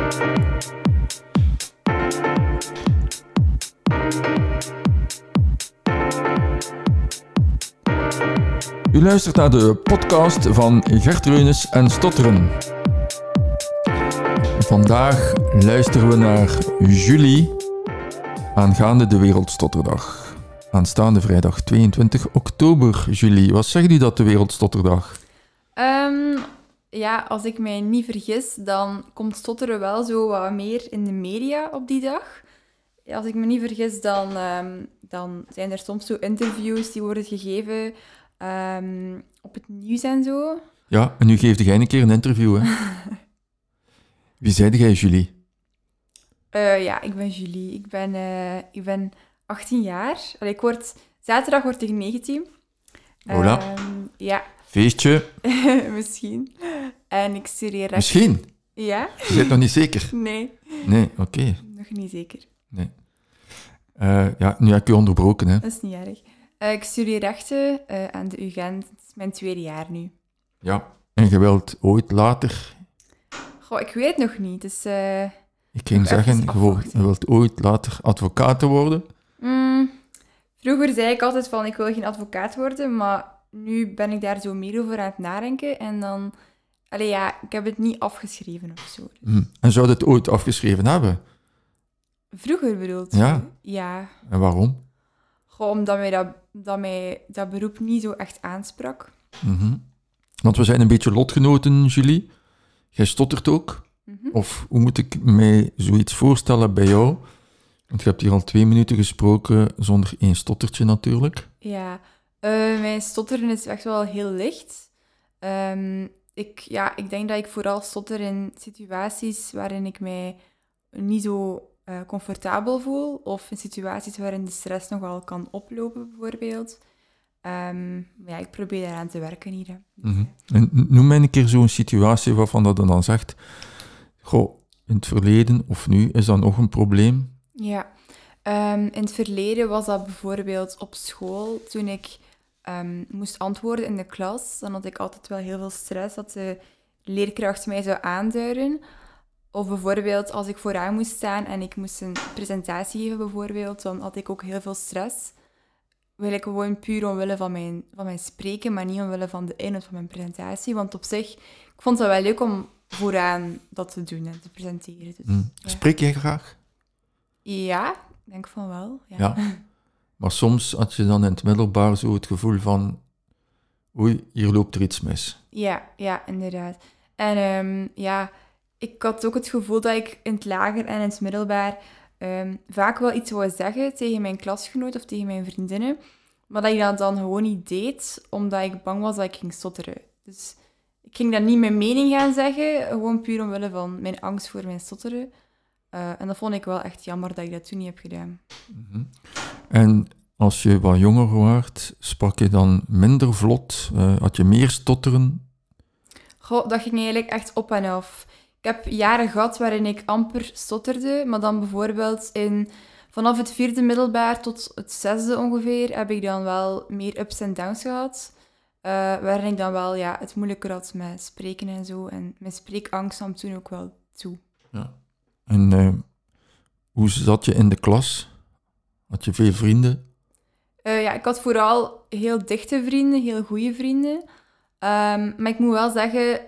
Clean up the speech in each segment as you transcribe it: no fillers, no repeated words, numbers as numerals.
U luistert naar de podcast van Gert Reunis en Stotteren. Vandaag luisteren we naar Julie aangaande de Wereldstotterdag. Aanstaande vrijdag 22 oktober, Julie. Wat zegt u dat de Wereldstotterdag? Ja, als ik mij niet vergis, dan komt stotteren wel zo wat meer in de media op die dag. Als ik me niet vergis, dan zijn er soms zo interviews die worden gegeven op het nieuws en zo. Ja, en nu geeft jij een keer een interview, hè? Wie zijde jij, Julie? Ja, ik ben Julie. Ik ben 18 jaar. Zaterdag word ik 19. Hola. Ja. Feestje. Misschien. En ik studeer recht. Misschien? Ja? Je bent nog niet zeker? Nee. Nee, oké. Nog niet zeker. Nee. Ja, nu heb ik je onderbroken, hè? Dat is niet erg. Ik studeer rechten aan de UGent. Het is mijn tweede jaar nu. Ja. En je wilt ooit later... Goh, ik weet het nog niet. Dus, Ik ging zeggen, je wilt ooit later advocaat worden? Vroeger zei ik altijd van, ik wil geen advocaat worden, maar nu ben ik daar zo meer over aan het nadenken. En dan... ik heb het niet afgeschreven of zo. Dus. En zou je het ooit afgeschreven hebben? Vroeger bedoeld? Ja. Ja. En waarom? Goh, omdat mij dat beroep niet zo echt aansprak. Want we zijn een beetje lotgenoten, Julie. Jij stottert ook. Of hoe moet ik mij zoiets voorstellen bij jou? Want je hebt hier al 2 minuten gesproken zonder 1 stottertje natuurlijk. Ja, mijn stotteren is echt wel heel licht. Ik denk dat ik vooral stotter in situaties waarin ik mij niet zo comfortabel voel. Of in situaties waarin de stress nogal kan oplopen, bijvoorbeeld. Ik probeer daaraan te werken hier. En noem mij een keer zo'n situatie waarvan dat je dan zegt... Goh, in het verleden of nu is dat nog een probleem? Ja, in het verleden was dat bijvoorbeeld op school. Toen ik moest antwoorden in de klas, dan had ik altijd wel heel veel stress dat de leerkracht mij zou aanduiden. Of bijvoorbeeld als ik vooraan moest staan en ik moest een presentatie geven, bijvoorbeeld, dan had ik ook heel veel stress. Wil ik gewoon puur omwille van mijn spreken, maar niet omwille van de inhoud van mijn presentatie. Want op zich, ik vond het wel leuk om vooraan dat te doen en te presenteren. Dus, ja. Spreek jij graag? Ja, ik denk van wel. Ja. Maar soms had je dan in het middelbaar zo het gevoel van... Oei, hier loopt er iets mis. Ja, inderdaad. En ik had ook het gevoel dat ik in het lager en in het middelbaar vaak wel iets wou zeggen tegen mijn klasgenoot of tegen mijn vriendinnen, maar dat ik dat dan gewoon niet deed, omdat ik bang was dat ik ging stotteren. Dus ik ging dan niet mijn mening gaan zeggen, gewoon puur omwille van mijn angst voor mijn stotteren. En dat vond ik wel echt jammer dat ik dat toen niet heb gedaan. En als je wat jonger werd, sprak je dan minder vlot? Had je meer stotteren? Goh, dat ging eigenlijk echt op en af. Ik heb jaren gehad waarin ik amper stotterde, maar dan bijvoorbeeld vanaf het 4e middelbaar tot het 6e ongeveer heb ik dan wel meer ups en downs gehad. Waarin ik dan wel het moeilijker had met spreken en zo. En mijn spreekangst nam toen ook wel toe. Ja. En hoe zat je in de klas? Had je veel vrienden? Ik had vooral heel dichte vrienden, heel goede vrienden. Maar ik moet wel zeggen,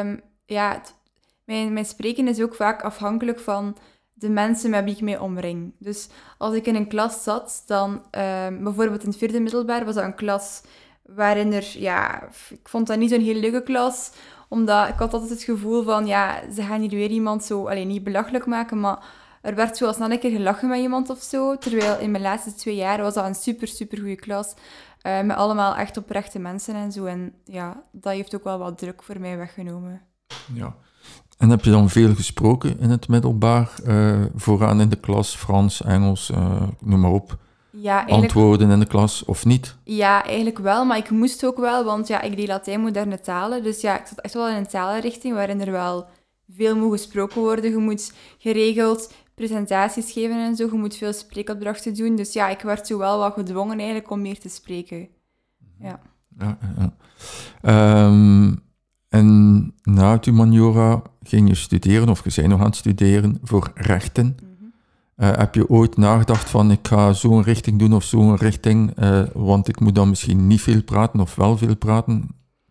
mijn spreken is ook vaak afhankelijk van de mensen met wie ik mee omring. Dus als ik in een klas zat, dan bijvoorbeeld in het 4e middelbaar was dat een klas waarin ik vond dat niet zo'n heel leuke klas, omdat ik had altijd het gevoel van, ze gaan hier weer iemand zo, niet belachelijk maken, maar er werd zo al snel een keer gelachen met iemand of zo, terwijl in mijn laatste 2 jaar was dat een super, super goede klas, met allemaal echt oprechte mensen en zo. En dat heeft ook wel wat druk voor mij weggenomen. Ja. En heb je dan veel gesproken in het middelbaar? Vooraan in de klas, Frans, Engels, noem maar op. Ja, antwoorden in de klas, of niet? Ja, eigenlijk wel, maar ik moest ook wel, want ik deed Latijn moderne talen. Dus ik zat echt wel in een talenrichting waarin er wel veel moet gesproken worden. Je moet geregeld presentaties geven en zo. Je moet veel spreekopdrachten doen. Dus ik werd zo wel wat gedwongen eigenlijk om meer te spreken. Ja. En na het humaniora ging je studeren, of je bent nog aan het studeren, voor rechten. Heb je ooit nagedacht van, ik ga zo'n richting doen of zo'n richting, want ik moet dan misschien niet veel praten of wel veel praten?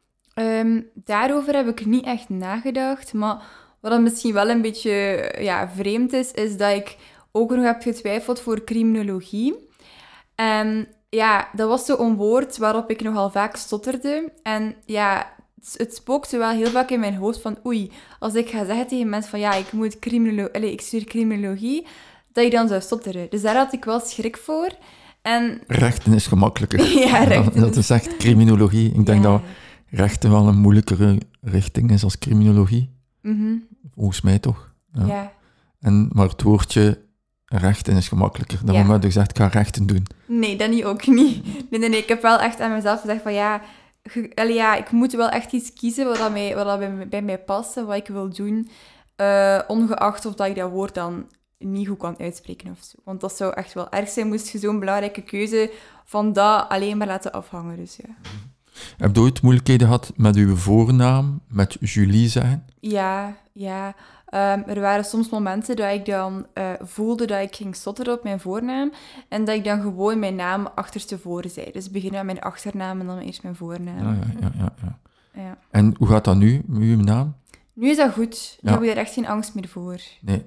Daarover heb ik niet echt nagedacht, maar wat dan misschien wel een beetje vreemd is dat ik ook nog heb getwijfeld voor criminologie. En ja, dat was zo'n woord waarop ik nogal vaak stotterde. En ja, het spookte wel heel vaak in mijn hoofd van oei, als ik ga zeggen tegen mensen van ja, ik studeer criminologie, dat je dan zou stotteren. Dus daar had ik wel schrik voor. En... Rechten is gemakkelijker. Ja, rechten. Dat is echt criminologie. Ik denk dat rechten wel een moeilijkere richting is als criminologie. Volgens mij toch. Ja. Maar het woordje rechten is gemakkelijker. Daarom heb ik gezegd, ik ga rechten doen. Nee, dat niet ook niet. Nee. Ik heb wel echt aan mezelf gezegd van ik moet wel echt iets kiezen wat bij mij past en wat ik wil doen. Ongeacht of dat ik dat woord dan niet goed kan uitspreken of zo. Want dat zou echt wel erg zijn, moest je zo'n belangrijke keuze van dat alleen maar laten afhangen. Dus ja. Heb je ooit moeilijkheden gehad met uw voornaam, met Julie zijn? Ja. Er waren soms momenten dat ik dan voelde dat ik ging stotteren op mijn voornaam en dat ik dan gewoon mijn naam achterstevoren zei. Dus beginnen met mijn achternaam en dan eerst mijn voornaam. Ja. En hoe gaat dat nu, met uw naam? Nu is dat goed. Nu heb je er echt geen angst meer voor. Nee.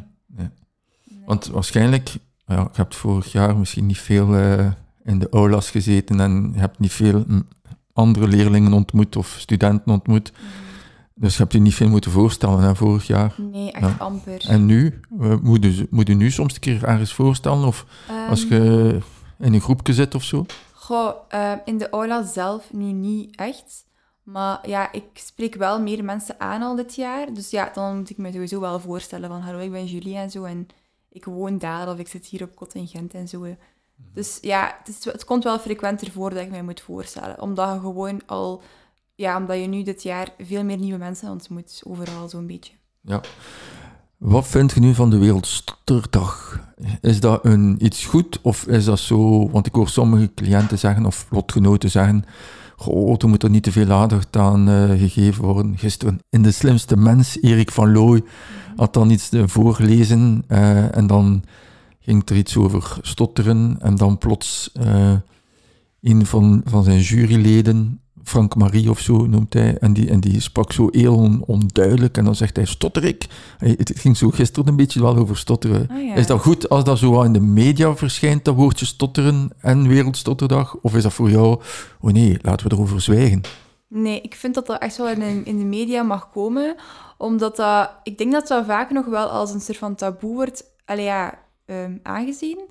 Want waarschijnlijk, je hebt vorig jaar misschien niet veel in de aulas gezeten en je hebt niet veel andere leerlingen ontmoet of studenten ontmoet. Dus je hebt je niet veel moeten voorstellen, hè, vorig jaar. Nee, echt amper. En nu? Moet je nu soms een keer ergens voorstellen? Of als je in een groepje zit of zo? In de aula zelf nu niet echt. Maar ja, ik spreek wel meer mensen aan al dit jaar. Dus ja, dan moet ik me sowieso wel voorstellen van hallo, ik ben Julie en zo. En ik woon daar of ik zit hier op kot in Gent en zo. Dus ja, het komt wel frequenter voor dat ik mij moet voorstellen. Omdat je gewoon al... Ja, omdat je nu dit jaar veel meer nieuwe mensen ontmoet, overal zo'n beetje. Ja. Wat vind je nu van de Wereldstotterdag? Is dat iets goed of is dat zo... Want ik hoor sommige cliënten zeggen, of lotgenoten zeggen, er moet er niet te veel aandacht aan gegeven worden. Gisteren in De Slimste Mens, Erik van Looy, had dan iets voorgelezen en dan ging er iets over stotteren en dan plots een van zijn juryleden, Frank Marie of zo noemt hij, en die sprak zo heel onduidelijk en dan zegt hij, stotter ik? Het ging zo gisteren een beetje wel over stotteren. Oh, ja. Is dat goed als dat zo in de media verschijnt, dat woordje stotteren en Wereldstotterdag? Of is dat voor jou, oh nee, laten we erover zwijgen? Nee, ik vind dat dat echt wel in de media mag komen, omdat ik denk dat dat vaak nog wel als een soort van taboe wordt aangezien.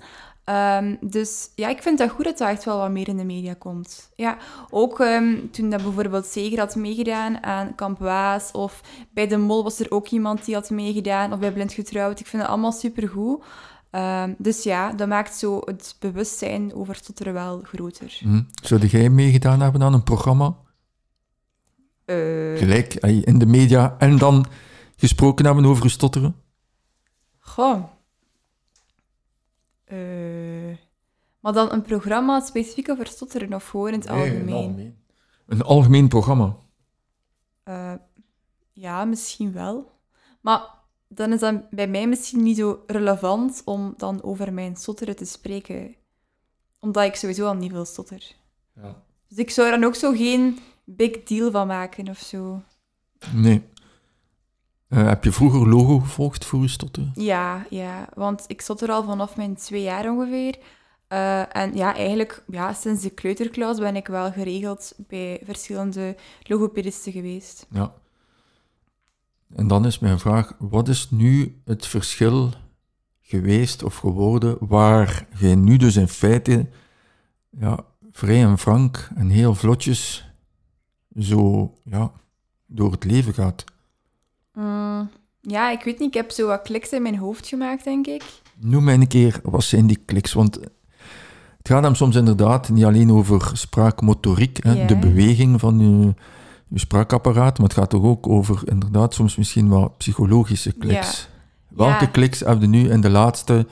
Dus ja, ik vind dat goed dat dat echt wel wat meer in de media komt. Ja, ook toen dat bijvoorbeeld Zeger had meegedaan aan Kamp Waas, of bij De Mol was er ook iemand die had meegedaan, of bij Blind Getrouwd. Ik vind het allemaal supergoed. Dus ja, dat maakt zo het bewustzijn over stotteren wel groter. Zou jij meegedaan hebben aan een programma? Gelijk, in de media, en dan gesproken hebben over stotteren? Maar dan een programma specifiek over stotteren of gewoon in het algemeen? Een algemeen programma? Ja, misschien wel. Maar dan is dat bij mij misschien niet zo relevant om dan over mijn stotteren te spreken. Omdat ik sowieso al niet veel stotter. Ja. Dus ik zou er dan ook zo geen big deal van maken of zo. Nee. Heb je vroeger logo gevolgd voor je stotteren? Ja, want ik stotter al vanaf mijn 2 jaar ongeveer. En ja, eigenlijk sinds de kleuterklas ben ik wel geregeld bij verschillende logopedisten geweest. Ja. En dan is mijn vraag, wat is nu het verschil geweest of geworden waar jij nu dus in feite vrij en frank en heel vlotjes zo door het leven gaat? Ja, ik weet niet. Ik heb zo wat kliks in mijn hoofd gemaakt, denk ik. Noem mij een keer, wat zijn die kliks? Want het gaat hem soms inderdaad niet alleen over spraakmotoriek, de beweging van je spraakapparaat, maar het gaat toch ook over inderdaad soms misschien wat psychologische kliks. Ja. Welke kliks heb je nu in de laatste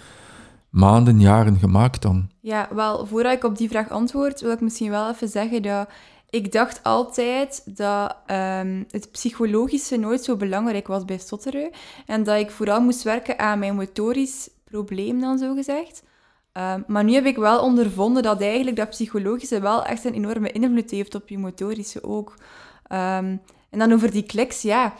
maanden, jaren gemaakt dan? Ja, wel, voordat ik op die vraag antwoord, wil ik misschien wel even zeggen dat Ik dacht altijd dat het psychologische nooit zo belangrijk was bij stotteren. En dat ik vooral moest werken aan mijn motorisch probleem, dan zo gezegd. Maar nu heb ik wel ondervonden dat eigenlijk dat psychologische wel echt een enorme invloed heeft op je motorische ook. En dan over die kliks, ja.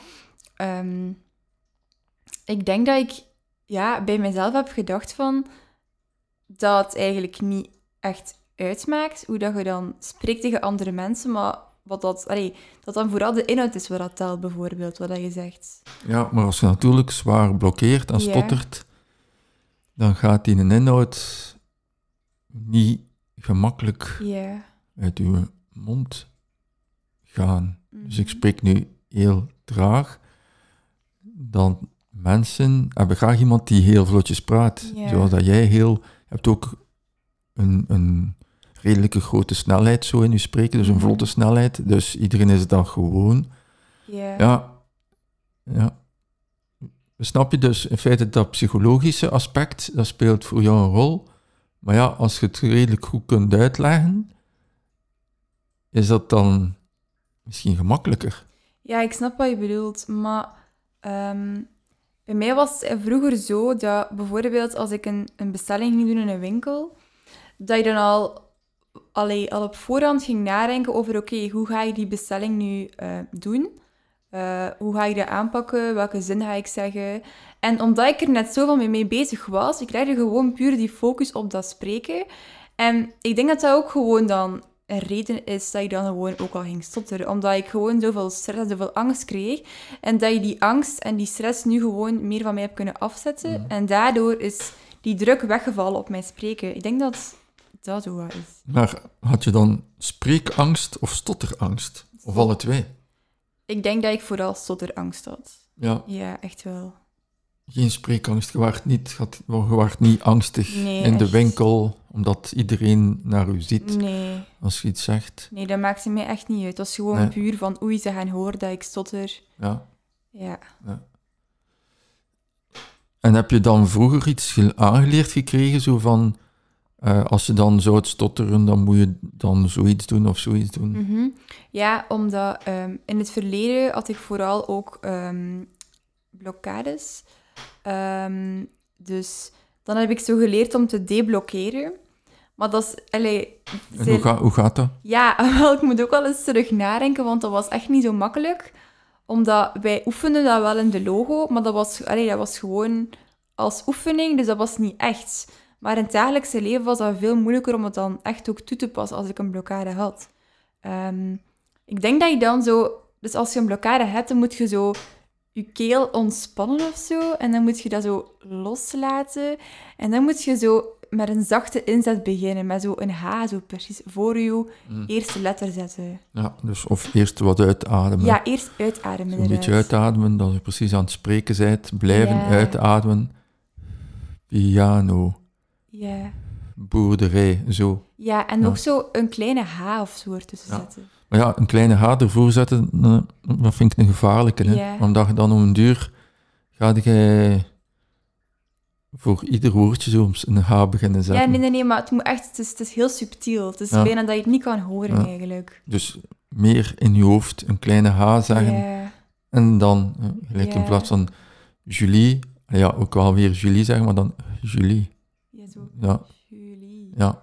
Ik denk dat ik bij mezelf heb gedacht van dat het eigenlijk niet echt uitmaakt hoe dat je dan spreekt tegen andere mensen, maar dat dan vooral de inhoud is wat dat telt, bijvoorbeeld, wat dat je zegt. Ja, maar als je natuurlijk zwaar blokkeert en stottert, dan gaat die inhoud niet gemakkelijk uit uw mond gaan. Dus ik spreek nu heel traag. Dan mensen hebben graag iemand die heel vlotjes praat. Zoals dat jij je hebt ook een redelijke grote snelheid zo in je spreken, dus een vlotte snelheid. Dus iedereen is dat gewoon. Ja. Snap je dus in feite dat psychologische aspect, dat speelt voor jou een rol. Maar ja, als je het redelijk goed kunt uitleggen, is dat dan misschien gemakkelijker. Ja, ik snap wat je bedoelt, maar bij mij was het vroeger zo dat bijvoorbeeld als ik een bestelling ging doen in een winkel, dat je dan al op voorhand ging nadenken over oké, hoe ga je die bestelling nu doen? Hoe ga je dat aanpakken? Welke zin ga ik zeggen? En omdat ik er net zoveel mee bezig was, ik krijg gewoon puur die focus op dat spreken. En ik denk dat dat ook gewoon dan een reden is dat je dan gewoon ook al ging stotteren. Omdat ik gewoon zoveel stress en zoveel angst kreeg. En dat je die angst en die stress nu gewoon meer van mij hebt kunnen afzetten. En daardoor is die druk weggevallen op mijn spreken. Ik denk dat dat zo wat is. Maar had je dan spreekangst of stotterangst? Of alle twee? Ik denk dat ik vooral stotterangst had. Ja. Ja, echt wel. Geen spreekangst, je waart niet angstig in de winkel, omdat iedereen naar u ziet als je iets zegt. Nee, dat maakt mij echt niet uit. Dat is gewoon puur van oei, ze gaan horen dat ik stotter. Ja. En heb je dan vroeger iets aangeleerd gekregen, zo van, als je dan zou stotteren, dan moet je dan zoiets doen of zoiets doen? Ja, omdat in het verleden had ik vooral ook blokkades. Dus dan heb ik zo geleerd om te deblokkeren. Maar dat is... Hoe gaat dat? Ja, wel, ik moet ook wel eens terug nadenken, want dat was echt niet zo makkelijk. Omdat wij oefenden dat wel in de logo, maar dat was gewoon als oefening, dus dat was niet echt. Maar in het dagelijkse leven was dat veel moeilijker om het dan echt ook toe te passen als ik een blokkade had. Ik denk dat je dan zo... Dus als je een blokkade hebt, dan moet je zo je keel ontspannen of zo. En dan moet je dat zo loslaten. En dan moet je zo met een zachte inzet beginnen. Met zo een H, zo precies voor je eerste letter zetten. Ja, dus of eerst wat uitademen. Ja, eerst uitademen. Een beetje uitademen, dat je precies aan het spreken bent. Blijven uitademen. Piano. Ja. Boerderij, zo. Ja, en nog zo een kleine H of zo ertussen zetten. Maar ja, een kleine H ervoor zetten, dat vind ik een gevaarlijke. Hè? Omdat je dan om een duur gaat je voor ieder woordje zo een H beginnen zetten. Ja, nee, maar het moet echt, het is heel subtiel. Het is bijna dat je het niet kan horen eigenlijk. Dus meer in je hoofd een kleine H zeggen. En dan, gelijk in plaats van Julie, ook wel weer Julie zeggen, maar dan Julie. Ja, zo. Ja. Julie. Ja.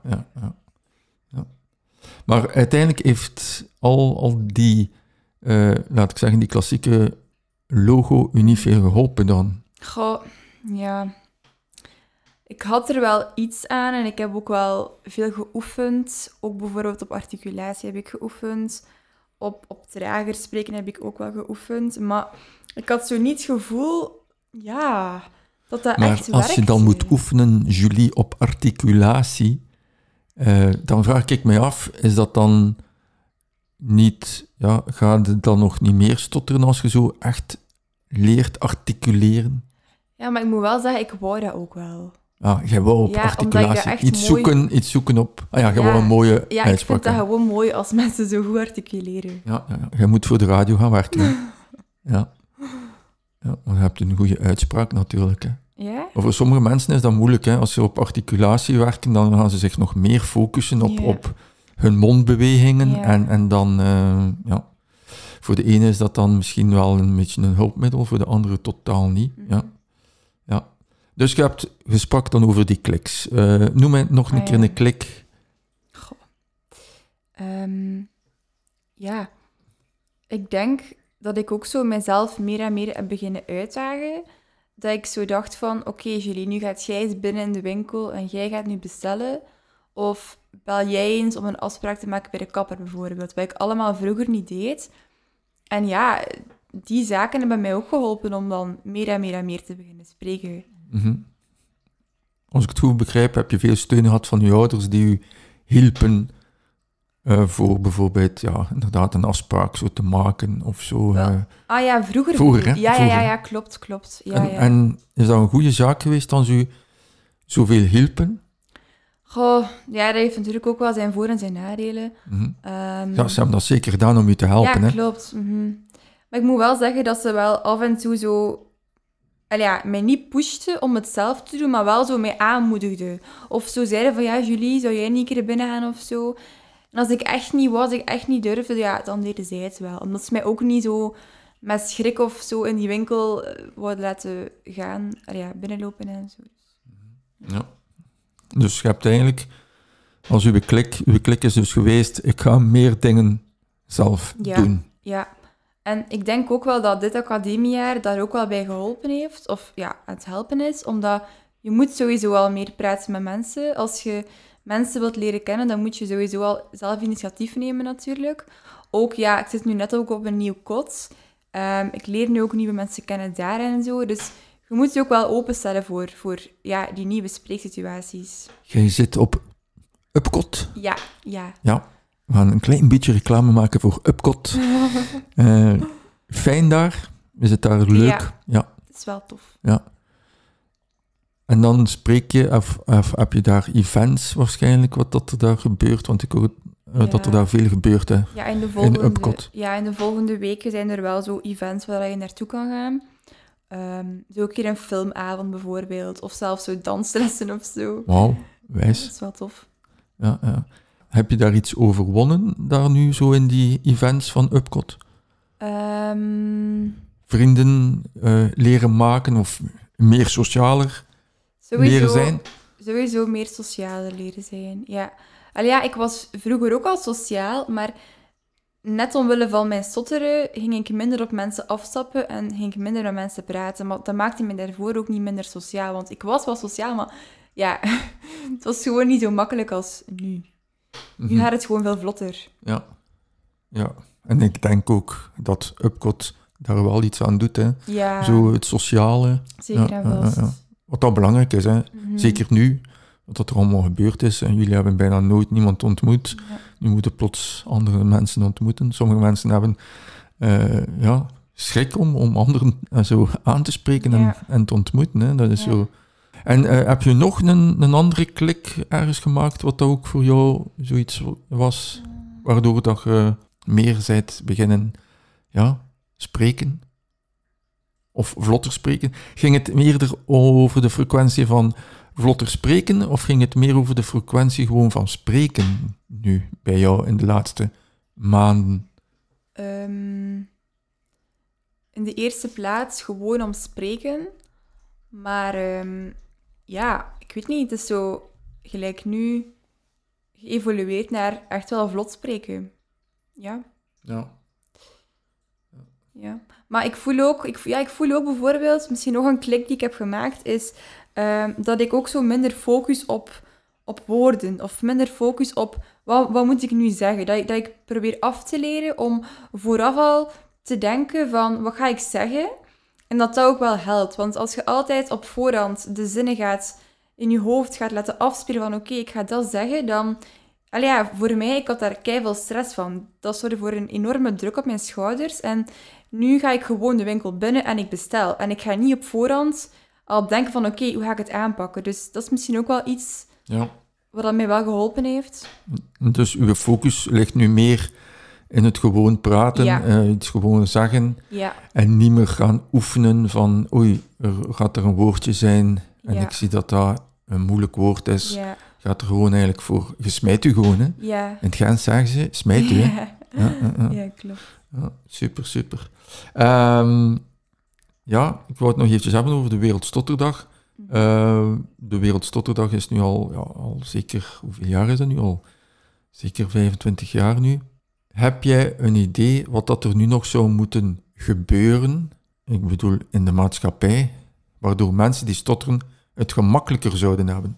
Maar uiteindelijk heeft al die, laat ik zeggen, die klassieke logo u niet veel geholpen dan? Goh, ja. Ik had er wel iets aan en ik heb ook wel veel geoefend. Ook bijvoorbeeld op articulatie heb ik geoefend. Op trager spreken heb ik ook wel geoefend. Maar ik had zo niet het gevoel, dat echt werkt. Maar als je dan moet oefenen, Julie, op articulatie, dan vraag ik me af, is dat dan niet, gaat het dan nog niet meer stotteren als je zo echt leert articuleren? Ja, maar ik moet wel zeggen, ik wou dat ook wel. Jij wou op articulatie iets zoeken op... jij wou een mooie uitspraak. Ja, ik vind dat gewoon mooi als mensen zo goed articuleren. Ja, jij moet voor de radio gaan werken. Ja, maar je hebt een goede uitspraak natuurlijk, hè. Ja? Maar voor sommige mensen is dat moeilijk, hè. Als ze op articulatie werken, dan gaan ze zich nog meer focussen op hun mondbewegingen. Ja. En dan, voor de ene is dat dan misschien wel een beetje een hulpmiddel, voor de andere totaal niet. Ja. Dus je sprak dan over die kliks. Noem mij nog een keer een klik. Goh. Ik denk dat ik ook zo mezelf meer en meer heb beginnen uitdagen. Dat ik zo dacht van, oké, Julie, nu gaat jij eens binnen in de winkel en jij gaat nu bestellen. Of bel jij eens om een afspraak te maken bij de kapper bijvoorbeeld. Wat ik allemaal vroeger niet deed. En ja, die zaken hebben mij ook geholpen om dan meer en meer en meer te beginnen spreken. Mm-hmm. Als ik het goed begrijp, heb je veel steun gehad van je ouders die u hielpen voor bijvoorbeeld, inderdaad een afspraak zo te maken of zo. Vroeger. Vroeger, hè? Ja, klopt. En is dat een goede zaak geweest dat ze u zoveel hielpen? Goh, ja, dat heeft natuurlijk ook wel zijn voor- en zijn nadelen. Mm-hmm. Ze hebben dat zeker gedaan om u te helpen, hè? Ja, klopt. Mm-hmm. Maar ik moet wel zeggen dat ze wel af en toe zo... mij niet pushte om het zelf te doen, maar wel zo mij aanmoedigde. Of zo zeiden van, ja, Julie, zou jij niet een keer binnen gaan of zo? En als ik echt niet durfde, dan deden zij het wel. Omdat ze mij ook niet zo met schrik of zo in die winkel wouden laten gaan. Binnenlopen en zo. Ja. Dus je hebt eigenlijk, als uw klik is dus geweest, ik ga meer dingen zelf doen. Ja. En ik denk ook wel dat dit academiejaar daar ook wel bij geholpen heeft. Of aan het helpen is. Omdat je moet sowieso al meer praten met mensen. Als je mensen wilt leren kennen, dan moet je sowieso al zelf initiatief nemen natuurlijk. Ook, ik zit nu net ook op een nieuw kot. Ik leer nu ook nieuwe mensen kennen daar en zo. Dus je moet je ook wel openstellen voor die nieuwe spreeksituaties. Jij zit op Upcot? Ja. We gaan een klein beetje reclame maken voor Upcot. Fijn daar. Is het daar leuk? Ja. Het is wel tof. Ja. En dan spreek je, of heb je daar events waarschijnlijk, wat dat er daar gebeurt? Want ik hoor dat er daar veel gebeurt, hè? Ja, in de volgende weken zijn er wel zo events waar je naartoe kan gaan. Zo een keer een filmavond bijvoorbeeld. Of zelfs zo danslessen of zo. Wauw, wijs. Dat is wel tof. Ja. Heb je daar iets overwonnen, daar nu zo in die events van Upcot? Vrienden leren maken of meer socialer leren zijn? Sowieso meer socialer leren zijn, ja. Ik was vroeger ook al sociaal, maar net omwille van mijn stotteren ging ik minder op mensen afstappen en ging ik minder met mensen praten. Maar dat maakte me daarvoor ook niet minder sociaal, want ik was wel sociaal, maar het was gewoon niet zo makkelijk als nu. Nu gaat het gewoon veel vlotter. Ja. En ik denk ook dat Upcot daar wel iets aan doet, hè. Ja. Zo het sociale. Zeker en vast. Wat dat belangrijk is, hè. Mm-hmm. Zeker nu, wat er allemaal gebeurd is. En jullie hebben bijna nooit niemand ontmoet. Ja. Nu moeten plots andere mensen ontmoeten. Sommige mensen hebben schrik om anderen zo aan te spreken en te ontmoeten. Hè. Dat is zo... En heb je nog een andere klik ergens gemaakt, wat dat ook voor jou zoiets was, waardoor dat je meer bent beginnen spreken? Of vlotter spreken? Ging het meer over de frequentie van vlotter spreken, of ging het meer over de frequentie gewoon van spreken nu bij jou in de laatste maanden? In de eerste plaats gewoon om spreken, maar... ik weet niet, het is zo gelijk nu geëvolueerd naar echt wel vlot spreken. Ja. Maar ik voel ook bijvoorbeeld, misschien nog een klik die ik heb gemaakt, is dat ik ook zo minder focus op woorden, of minder focus op wat moet ik nu zeggen. Dat ik probeer af te leren om vooraf al te denken van, wat ga ik zeggen? En dat ook wel helpt, want als je altijd op voorhand de zinnen in je hoofd gaat laten afspelen van oké, ik ga dat zeggen, dan... voor mij, ik had daar keiveel stress van. Dat zorgde voor een enorme druk op mijn schouders. En nu ga ik gewoon de winkel binnen en ik bestel. En ik ga niet op voorhand al denken van oké, hoe ga ik het aanpakken? Dus dat is misschien ook wel iets wat mij wel geholpen heeft. Dus uw focus ligt nu meer in het gewoon praten, het gewoon zeggen. Ja. En niet meer gaan oefenen van oei, gaat er een woordje zijn en ik zie dat dat een moeilijk woord is. Ja. gaat er gewoon eigenlijk voor... Je smijt u gewoon, hè. Ja. In het Gens zeggen ze, smijt u, hè. Ja. Ja, klopt. Ja, super, super. Ja, ik wou het nog eventjes hebben over de Wereldstotterdag. De Wereldstotterdag is nu al zeker... Hoeveel jaar is dat nu al? Zeker 25 jaar nu. Heb jij een idee wat dat er nu nog zou moeten gebeuren, ik bedoel in de maatschappij, waardoor mensen die stotteren het gemakkelijker zouden hebben?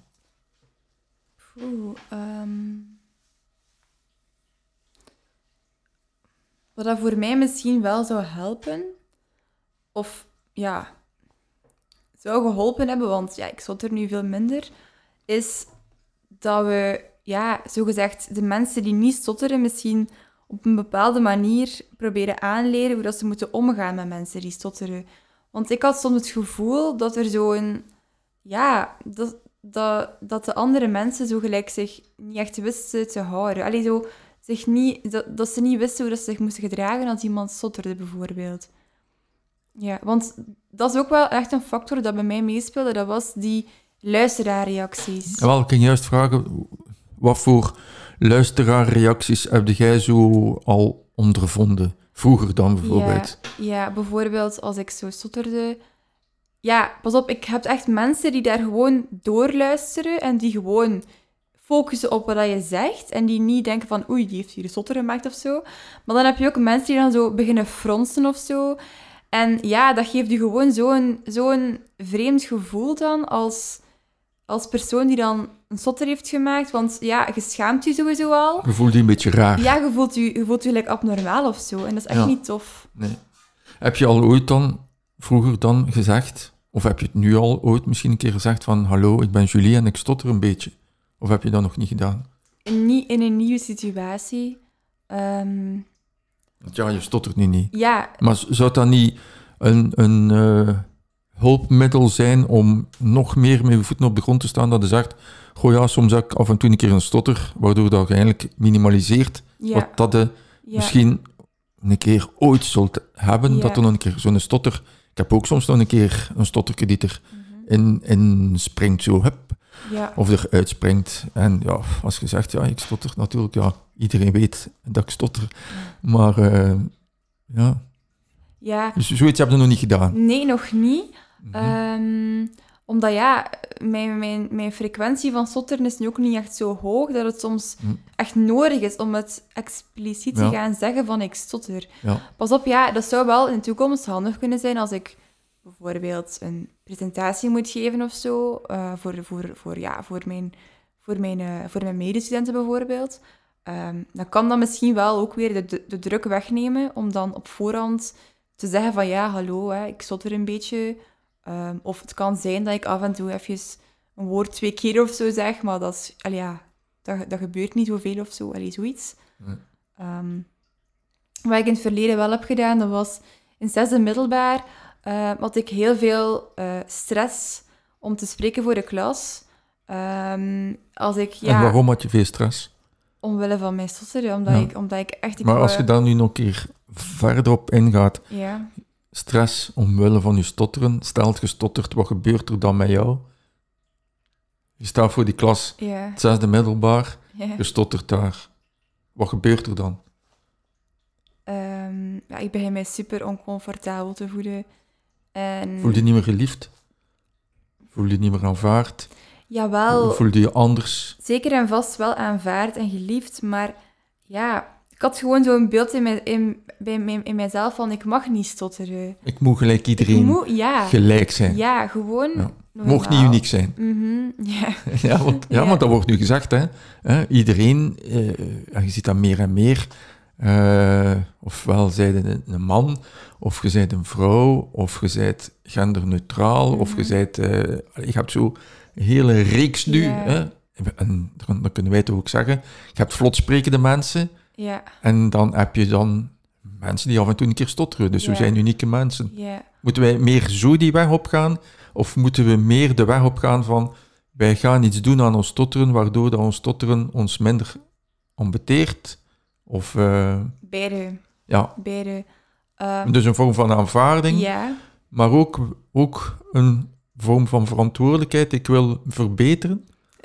Wat dat voor mij misschien wel zou helpen, of ja, zou geholpen hebben, want ja, ik stotter nu veel minder, is dat we, ja, zogezegd, de mensen die niet stotteren misschien op een bepaalde manier proberen aanleren hoe dat ze moeten omgaan met mensen die stotteren. Want ik had soms het gevoel dat er zo'n... Ja, dat de andere mensen zo gelijk zich niet echt wisten te houden. Allee, zo, zich niet, dat ze niet wisten hoe dat ze zich moesten gedragen als iemand stotterde, bijvoorbeeld. Ja, want dat is ook wel echt een factor dat bij mij meespeelde. Dat was die luisteraarreacties. Wel, ik kan juist vragen, wat voor luisteraarreacties heb jij zo al ondervonden? Vroeger dan bijvoorbeeld? Ja, bijvoorbeeld als ik zo stotterde. Ja, pas op, ik heb echt mensen die daar gewoon doorluisteren en die gewoon focussen op wat je zegt en die niet denken van oei, die heeft hier een stotter gemaakt of zo. Maar dan heb je ook mensen die dan zo beginnen fronsen of zo. En ja, dat geeft je gewoon zo'n vreemd gevoel dan als persoon die dan een stotter heeft gemaakt. Want ja, je schaamt je sowieso al. Je voelt je een beetje raar. Ja, je voelt je like abnormaal of zo. En dat is echt niet tof. Nee. Heb je al ooit dan, vroeger dan gezegd, of heb je het nu al ooit misschien een keer gezegd van hallo, ik ben Julie en ik stotter een beetje? Of heb je dat nog niet gedaan? Niet in een nieuwe situatie. Want ja, je stottert nu niet. Ja. Maar zou dat niet een hulpmiddel zijn om nog meer met je voeten op de grond te staan, dat je zegt, goh ja, soms heb ik af en toe een keer een stotter, waardoor dat je eigenlijk minimaliseert wat dat je misschien een keer ooit zult hebben, dat er nog een keer zo'n stotter... Ik heb ook soms nog een keer een stotterke die in springt zo, hup, of eruit springt. En ja, als je zegt, ja, ik stotter natuurlijk, ja, iedereen weet dat ik stotter. Maar ja. Dus zoiets heb je nog niet gedaan? Nee, nog niet. Omdat ja, mijn frequentie van stotteren is nu ook niet echt zo hoog, dat het soms echt nodig is om het expliciet te gaan zeggen van ik stotter. Ja. Pas op, ja, dat zou wel in de toekomst handig kunnen zijn als ik bijvoorbeeld een presentatie moet geven of zo, voor mijn medestudenten bijvoorbeeld. Dan kan dat misschien wel ook weer de druk wegnemen om dan op voorhand te zeggen van ja, hallo, ik stotter een beetje. Of het kan zijn dat ik af en toe even een woord 2 keer of zo zeg, maar dat is, dat gebeurt niet zoveel of zo, zoiets. Wat ik in het verleden wel heb gedaan, dat was in 6e middelbaar, had ik heel veel stress om te spreken voor de klas. En waarom had je veel stress? Omwille van mijn stotteren, omdat ik echt... Maar als je daar nu nog een keer verder op ingaat... Ja. Stress omwille van je stotteren. Stel je stottert, wat gebeurt er dan met jou? Je staat voor die klas, het 6e middelbaar, je stottert daar. Wat gebeurt er dan? Ik begin mij super oncomfortabel te voelen. En... Voel je niet meer geliefd? Voel je niet meer aanvaard? Jawel. Voel je je anders? Zeker en vast wel aanvaard en geliefd, maar ja... Ik had gewoon zo'n beeld in mijzelf van, ik mag niet stotteren. Ik moet gelijk iedereen gelijk zijn. Ja, gewoon... Ja. Mocht niet uniek zijn. Want dat wordt nu gezegd, hè. Iedereen, en je ziet dat meer en meer, ofwel zij een man, of je bent een vrouw, of je bent genderneutraal, of je bent... je hebt zo een hele reeks nu, hè. En dan kunnen wij toch ook zeggen, je hebt vlot sprekende mensen... Ja. En dan heb je dan mensen die af en toe een keer stotteren. Dus we zijn unieke mensen. Moeten wij meer zo die weg opgaan? Of moeten we meer de weg opgaan van... Wij gaan iets doen aan ons stotteren, waardoor dat ons stotteren ons minder ambeteert? Of... Beide. Ja. Beide. Dus een vorm van aanvaarding. Ja. Maar ook een vorm van verantwoordelijkheid. Ik wil verbeteren.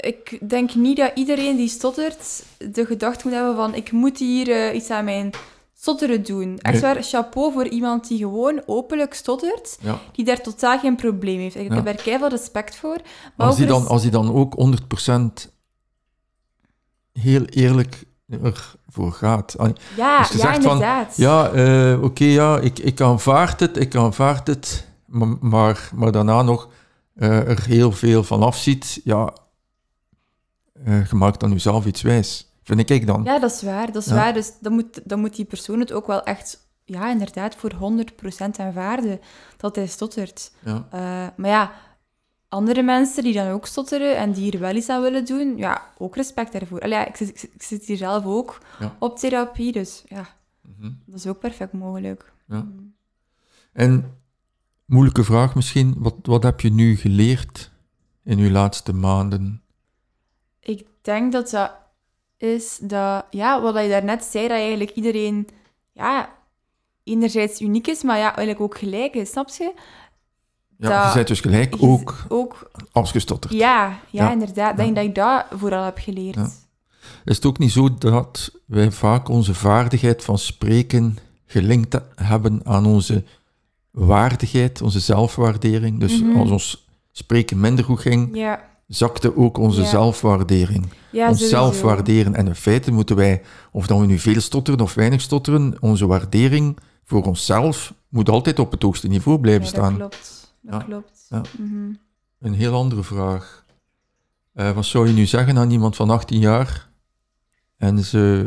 ik denk niet dat iedereen die stottert de gedachte moet hebben van ik moet hier iets aan mijn stotteren doen. Echt waar, chapeau voor iemand die gewoon openlijk stottert, die daar totaal geen probleem heeft. Ik heb daar keiveel respect voor. Maar als hij dan ook 100% heel eerlijk ervoor gaat. Ja, dus je zegt inderdaad. Van, ik aanvaard het, maar daarna nog er heel veel van afziet, je maakt dan jezelf iets wijs. Vind ik dan. Ja, dat is waar. Dus dan moet die persoon het ook wel echt, inderdaad, voor 100% aanvaarden dat hij stottert. Ja. Maar ja, andere mensen die dan ook stotteren en die er wel iets aan willen doen, ook respect daarvoor. Ik zit hier zelf ook op therapie, dus dat is ook perfect mogelijk. Ja. En, moeilijke vraag misschien, wat heb je nu geleerd in je laatste maanden? Ik denk dat is dat, wat je daarnet zei, dat eigenlijk iedereen, enerzijds uniek is, maar eigenlijk ook gelijk is, snap je? Ja, je bent dus gelijk ook afgestotterd. Ja, inderdaad. Ik denk dat ik dat vooral heb geleerd. Ja. Is het ook niet zo dat wij vaak onze vaardigheid van spreken gelinkt hebben aan onze waardigheid, onze zelfwaardering? Dus als ons spreken minder goed ging, zakte ook onze zelfwaardering. Ja, ons zelf waarderen. En in feite moeten wij, of dat we nu veel stotteren of weinig stotteren, onze waardering voor onszelf moet altijd op het hoogste niveau blijven staan. Dat klopt. Ja. Een heel andere vraag. Wat zou je nu zeggen aan iemand van 18 jaar en ze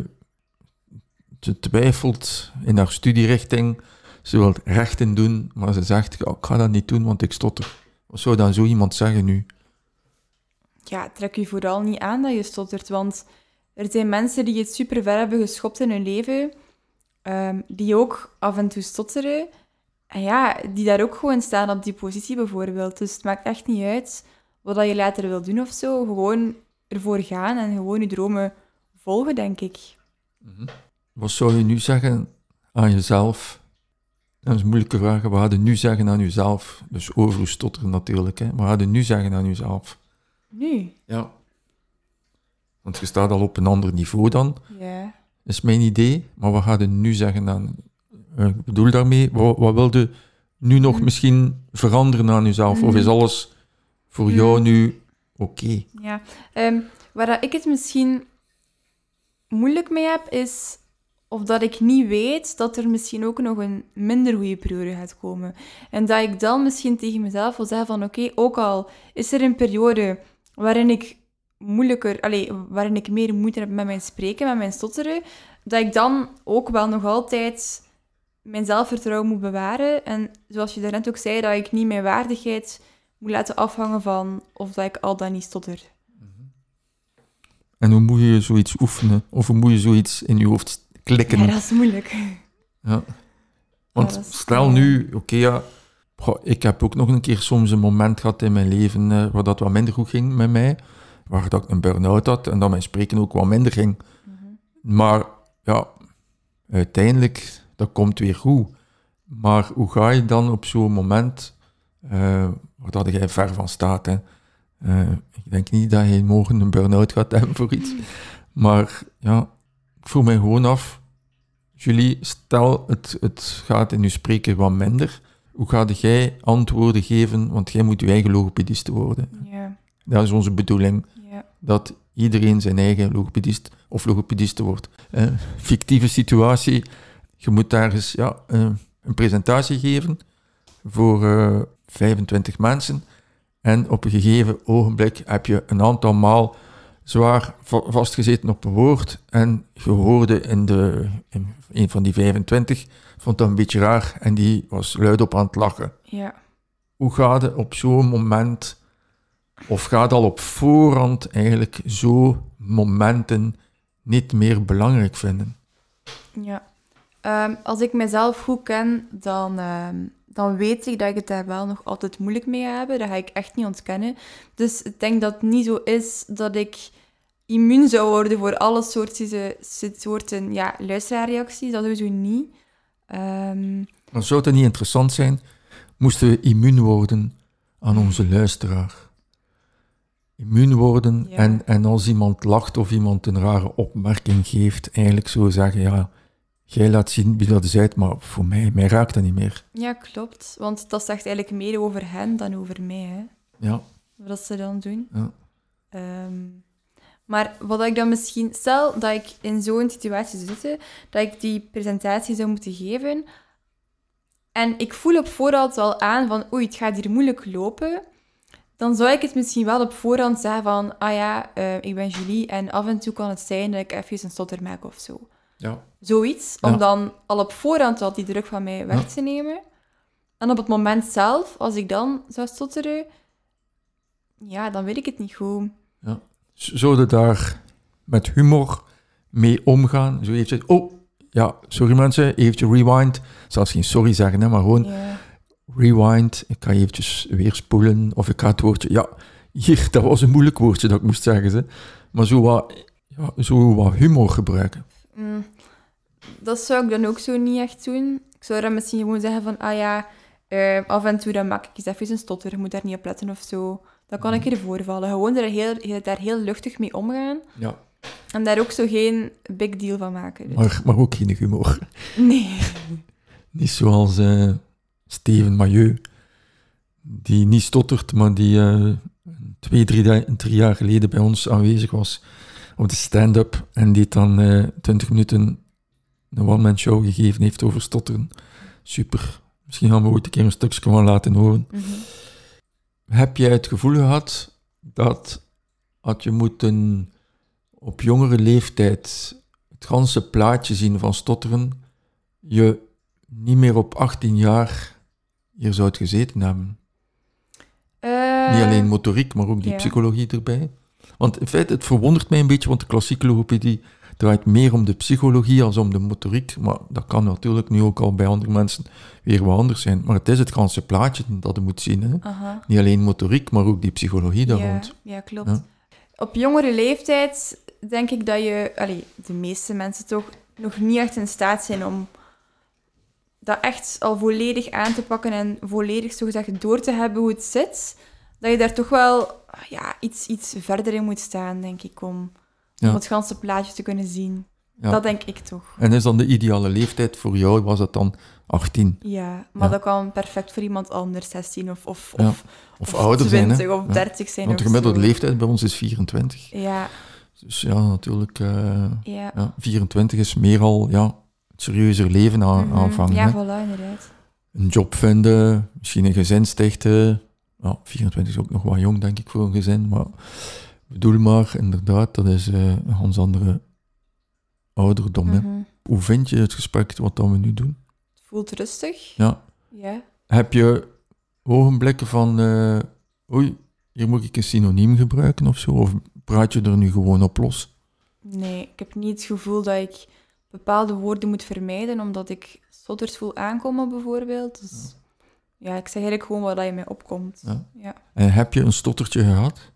twijfelt in haar studierichting, ze wil rechten doen, maar ze zegt, ik ga dat niet doen, want ik stotter. Wat zou dan zo iemand zeggen nu? Ja, trek je vooral niet aan dat je stottert, want er zijn mensen die het super ver hebben geschopt in hun leven, die ook af en toe stotteren, en die daar ook gewoon staan op die positie bijvoorbeeld. Dus het maakt echt niet uit wat je later wil doen of zo, gewoon ervoor gaan en gewoon je dromen volgen, denk ik. Wat zou je nu zeggen aan jezelf? Dat is een moeilijke vraag. Wat ga je nu zeggen aan jezelf? Dus over je stotteren natuurlijk. Hè? Wat ga je nu zeggen aan jezelf? Nu? Ja. Want je staat al op een ander niveau dan. Ja. Is mijn idee. Maar wat ga je nu zeggen aan... ik bedoel daarmee, wat wil je nu nog misschien veranderen aan jezelf? Of is alles voor jou nu oké? Ja. Waar ik het misschien moeilijk mee heb, is of dat ik niet weet dat er misschien ook nog een minder goede periode gaat komen. En dat ik dan misschien tegen mezelf wil zeggen van oké, ook al is er een periode waarin ik waarin ik meer moeite heb met mijn spreken, met mijn stotteren, dat ik dan ook wel nog altijd mijn zelfvertrouwen moet bewaren. En zoals je daarnet ook zei, dat ik niet mijn waardigheid moet laten afhangen van of dat ik al dan niet stotter. En hoe moet je zoiets oefenen? Of hoe moet je zoiets in je hoofd klikken? Ja, dat is moeilijk. Ja. Want stel nu, ik heb ook nog een keer soms een moment gehad in mijn leven waar dat wat minder goed ging met mij, waar dat ik een burn-out had en dat mijn spreken ook wat minder ging. Maar uiteindelijk, dat komt weer goed. Maar hoe ga je dan op zo'n moment, waar dat jij ver van staat, hè? Ik denk niet dat je morgen een burn-out gaat hebben voor iets. Maar ik voel mij gewoon af. Julie, stel het gaat in je spreken wat minder. Hoe ga jij antwoorden geven? Want jij moet je eigen logopediste worden. Ja. Dat is onze bedoeling. Ja. Dat iedereen zijn eigen logopedist of logopediste wordt. Fictieve situatie. Je moet daar eens een presentatie geven voor 25 mensen. En op een gegeven ogenblik heb je een aantal maal zwaar vastgezeten op een woord. En je hoorde in een van die 25, vond dat een beetje raar. En die was luidop aan het lachen. Ja. Hoe ga je op zo'n moment, of gaat al op voorhand eigenlijk zo momenten niet meer belangrijk vinden? Ja. Als ik mezelf goed ken, dan weet ik dat ik het daar wel nog altijd moeilijk mee heb. Dat ga ik echt niet ontkennen. Dus ik denk dat het niet zo is dat ik immuun zou worden voor alle soorten luisteraarreacties. Dat sowieso niet. Maar zou het niet interessant zijn, moesten we immuun worden aan onze luisteraar? immuun worden. Ja. En als iemand lacht of iemand een rare opmerking geeft, eigenlijk zo zeggen, ja, jij laat zien wie dat is uit, maar voor mij raakt dat niet meer. Ja, klopt. Want dat zegt eigenlijk meer over hen dan over mij, hè. Ja. Wat ze dan doen. Ja. Maar wat ik dan misschien... Stel dat ik in zo'n situatie zou zitten, dat ik die presentatie zou moeten geven, en ik voel op voorhand al aan van, oei, het gaat hier moeilijk lopen, dan zou ik het misschien wel op voorhand zeggen van, ah ja, ik ben Julie en af en toe kan het zijn dat ik even een stotter maak of zo. Ja. Zoiets, om dan al op voorhand al die druk van mij weg te nemen. En op het moment zelf, als ik dan zou stotteren, ja, dan weet ik het niet goed. Ja. Zou je daar met humor mee omgaan? Zo eventjes, oh, ja, sorry mensen, eventjes rewind. Zelfs geen sorry zeggen, hè, maar gewoon rewind. Ik ga eventjes weer spoelen, of ik ga het woordje... Ja, hier, dat was een moeilijk woordje dat ik moest zeggen. Hè. Maar zo wat humor gebruiken. Dat zou ik dan ook zo niet echt doen. Ik zou dan misschien gewoon zeggen van, ah ja, af en toe dan maak ik eens even een stotter, je moet daar niet op letten of zo. Dan kan ik ervoor vallen. Gewoon daar heel luchtig mee omgaan. Ja. En daar ook zo geen big deal van maken. Dus. Maar ook geen humor. Nee. Niet zoals Steven Mailleu, die niet stottert, maar die 2-3 jaar geleden bij ons aanwezig was op de stand-up en die dan 20 minuten een one-man show gegeven heeft over stotteren. Super. Misschien gaan we ooit een keer een stukje van laten horen. Mm-hmm. Heb jij het gevoel gehad dat had je moeten op jongere leeftijd het ganse plaatje zien van stotteren, je niet meer op 18 jaar hier zou het gezeten hebben? Niet alleen motoriek, maar ook die psychologie erbij. Want in feite, het verwondert mij een beetje, want de klassieke logopedie draait meer om de psychologie als om de motoriek. Maar dat kan natuurlijk nu ook al bij andere mensen weer wat anders zijn. Maar het is het ganse plaatje dat je moet zien. Hè? Niet alleen motoriek, maar ook die psychologie daar rond. Ja, klopt. Ja. Op jongere leeftijd denk ik dat de meeste mensen toch nog niet echt in staat zijn om dat echt al volledig aan te pakken en volledig zogezegd door te hebben hoe het zit. Dat je daar toch wel iets verder in moet staan, denk ik, om het ganse plaatje te kunnen zien. Ja. Dat denk ik toch. En is dan de ideale leeftijd voor jou, was dat dan 18? Ja, maar dat kan perfect voor iemand anders 16 of ouder 20 zijn, of 30 zijn. Want de gemiddelde leeftijd bij ons is 24. Ja. Dus ja, natuurlijk, 24 is meer al het serieuzer leven aanvangen. Ja, voilà, inderdaad. Een job vinden, misschien een gezin stichten. Ja, 24 is ook nog wat jong, denk ik, voor een gezin. Maar bedoel maar, inderdaad, dat is een ganz andere ouderdom. Hè. Hoe vind je het gesprek wat we nu doen? Het voelt rustig. Ja. Heb je ogenblikken van, oei, hier moet ik een synoniem gebruiken of zo? Of praat je er nu gewoon op los? Nee, ik heb niet het gevoel dat ik bepaalde woorden moet vermijden, omdat ik stotters voel aankomen, bijvoorbeeld. Dus ik zeg eigenlijk gewoon wat je mij opkomt. Ja. En heb je een stottertje gehad?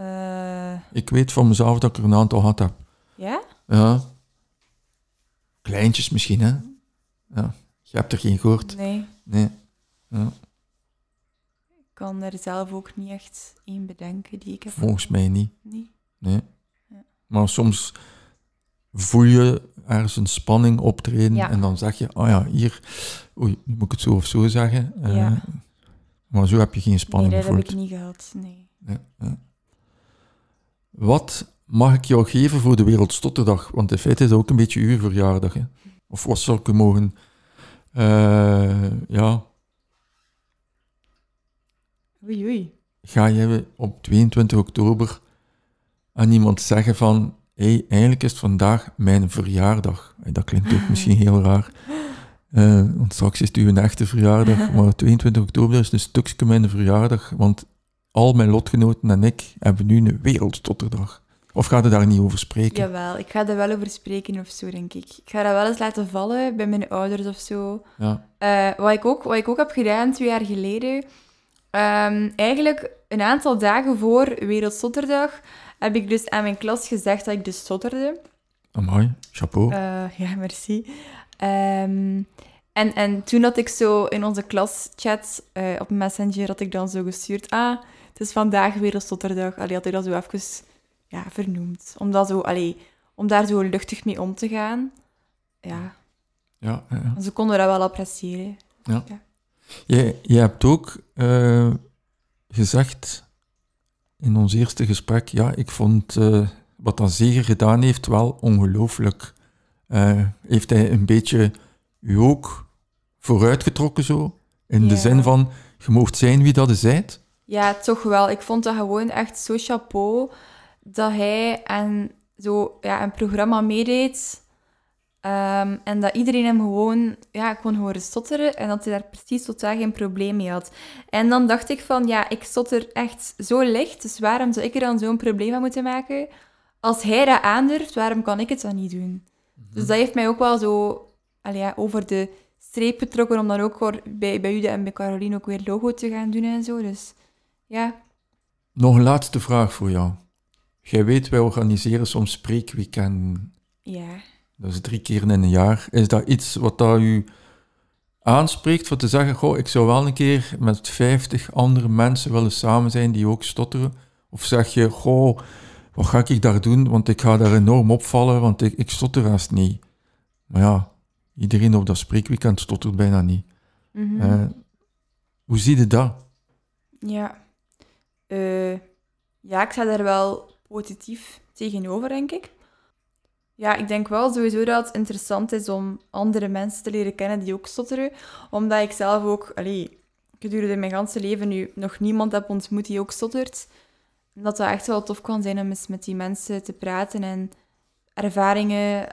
Ik weet van mezelf dat ik er een aantal gehad heb. Ja? Ja. Kleintjes misschien, hè? Ja. Je hebt er geen gehoord? Nee. Ja. Ik kan er zelf ook niet echt één bedenken die ik heb. Volgens mij niet. Nee. Ja. Maar soms voel je ergens een spanning optreden en dan zeg je, hier, oei, nu moet ik het zo of zo zeggen. Maar zo heb je geen spanning gevoeld. Nee, dat heb ik niet gehad, nee. Ja. Wat mag ik jou geven voor de Wereldstotterdag? Want in feite is dat ook een beetje uw verjaardag. Hè? Of wat zou ik u mogen... Oei. Ga je op 22 oktober aan iemand zeggen van... eigenlijk is het vandaag mijn verjaardag. Dat klinkt ook misschien heel raar. Want straks is het uw echte verjaardag. Maar 22 oktober is een stukje mijn verjaardag. Want al mijn lotgenoten en ik hebben nu een Wereldstotterdag. Of ga je daar niet over spreken? Jawel, ik ga er wel over spreken of zo, denk ik. Ik ga dat wel eens laten vallen bij mijn ouders of zo. Ja. Wat ik ook heb gedaan 2 jaar geleden... eigenlijk een aantal dagen voor Wereldstotterdag heb ik dus aan mijn klas gezegd dat ik dus stotterde. Amai, chapeau. Ja, merci. En En toen had ik zo in onze klaschat op Messenger had ik dan zo gestuurd, het is vandaag weer een stotterdag. Allee, had ik dat zo even vernoemd. Om daar zo luchtig mee om te gaan. Ja. Ja. Ze konden dat wel appreciëren. Ja. Je hebt ook gezegd in ons eerste gesprek, ik vond wat dat Zeger gedaan heeft wel ongelooflijk. Heeft hij een beetje u ook vooruitgetrokken zo? In de zin van, je moogt zijn wie dat je zijt? Ja, toch wel. Ik vond dat gewoon echt zo chapeau dat hij en zo een programma meedeed. En dat iedereen hem gewoon kon horen stotteren en dat hij daar precies totaal geen probleem mee had. En dan dacht ik van, ik stotter echt zo licht, dus waarom zou ik er dan zo'n probleem van moeten maken? Als hij dat aandurft, waarom kan ik het dan niet doen? Mm-hmm. Dus dat heeft mij ook wel zo over de streep getrokken om dan ook bij Jude en bij Caroline ook weer logo te gaan doen en zo. Dus ja. Nog een laatste vraag voor jou. Jij weet, wij organiseren soms spreekweekenden. Ja. Dat is 3 keer in een jaar. Is dat iets wat dat u aanspreekt, voor te zeggen, ik zou wel een keer met 50 andere mensen willen samen zijn die ook stotteren? Of zeg je, wat ga ik daar doen, want ik ga daar enorm opvallen, want ik stotter haast niet. Maar ja, iedereen op dat spreekweekend stottert bijna niet. Mm-hmm. Hoe zie je dat? Ja. Ik sta daar wel positief tegenover, denk ik. Ja, ik denk wel sowieso dat het interessant is om andere mensen te leren kennen die ook stotteren. Omdat ik zelf ook, gedurende mijn ganse leven nu nog niemand heb ontmoet die ook stottert. En dat echt wel tof kan zijn om eens met die mensen te praten en ervaringen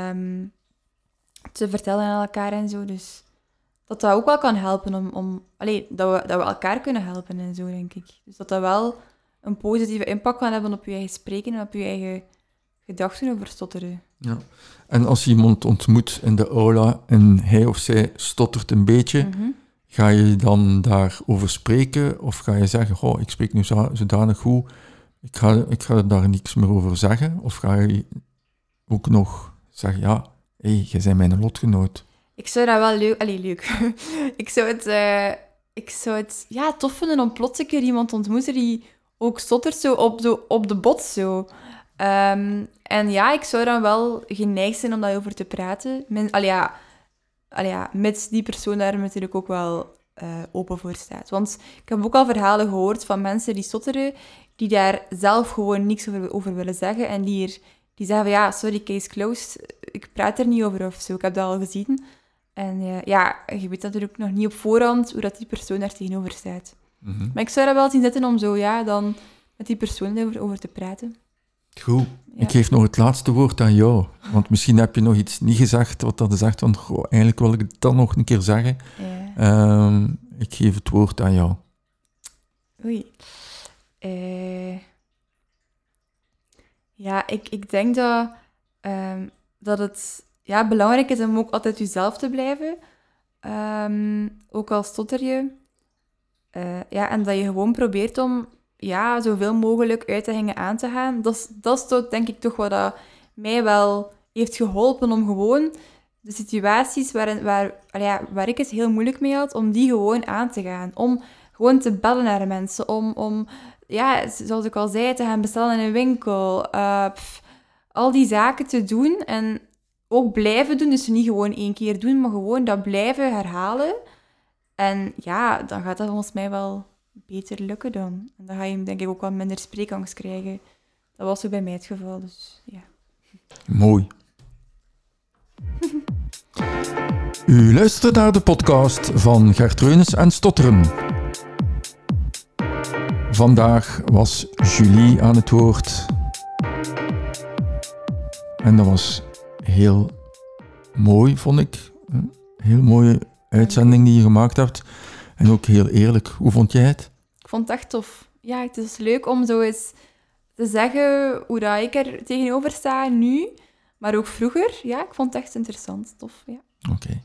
te vertellen aan elkaar en zo. Dus dat ook wel kan helpen dat we elkaar kunnen helpen en zo, denk ik. Dus dat wel een positieve impact kan hebben op je eigen spreken en op je eigen gedachten over stotteren. Ja. En als je iemand ontmoet in de aula en hij of zij stottert een beetje, ga je dan daarover spreken? Of ga je zeggen, ik spreek nu zodanig goed, ik ga daar niks meer over zeggen? Of ga je ook nog zeggen, jij bent mijn lotgenoot? Ik zou dat wel leuk. Ik zou het tof vinden om plots een keer iemand te ontmoeten die ook stottert, zo op de bot zo. En ik zou dan wel geneigd zijn om daarover te praten. Mits die persoon daar natuurlijk ook wel open voor staat. Want ik heb ook al verhalen gehoord van mensen die stotteren, die daar zelf gewoon niks over willen zeggen. En die zeggen van, sorry, case closed, ik praat er niet over of zo. Ik heb dat al gezien. En je weet natuurlijk nog niet op voorhand hoe dat die persoon daar tegenover staat. Mm-hmm. Maar ik zou er wel zien zitten om zo, dan met die persoon over te praten. Goed. Ja. Ik geef nog het laatste woord aan jou. Want misschien heb je nog iets niet gezegd, wat dat is echt van, eigenlijk wil ik het dan nog een keer zeggen. Ja. Ik geef het woord aan jou. Oei. Ik denk dat het belangrijk is om ook altijd jezelf te blijven. Ook al stotter je. En dat je gewoon probeert om zoveel mogelijk uitdagingen aan te gaan. Dat is denk ik toch wat dat mij wel heeft geholpen om gewoon de situaties waar ik het heel moeilijk mee had, om die gewoon aan te gaan. Om gewoon te bellen naar mensen. Om zoals ik al zei, te gaan bestellen in een winkel. Al die zaken te doen en ook blijven doen. Dus niet gewoon 1 keer doen, maar gewoon dat blijven herhalen. En dan gaat dat volgens mij wel beter lukken dan. En dan ga je denk ik ook wel minder spreekangst krijgen. Dat was zo bij mij het geval, dus ja. Mooi. U luistert naar de podcast van Gert Reunis en Stotteren. Vandaag was Julie aan het woord. En dat was heel mooi, vond ik. Een heel mooie uitzending die je gemaakt hebt. En ook heel eerlijk. Hoe vond jij het? Ik vond het echt tof. Ja, het is leuk om zo eens te zeggen hoe dat ik er tegenover sta nu. Maar ook vroeger. Ja, ik vond het echt interessant. Tof, ja. Oké.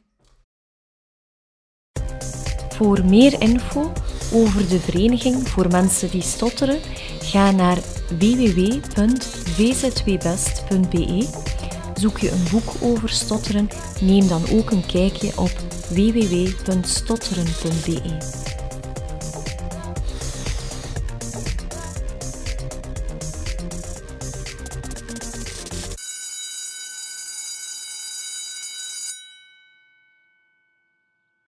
Voor meer info over de Vereniging voor Mensen die Stotteren, ga naar www.vzwbest.be Zoek je een boek over stotteren? Neem dan ook een kijkje op www.stotteren.be.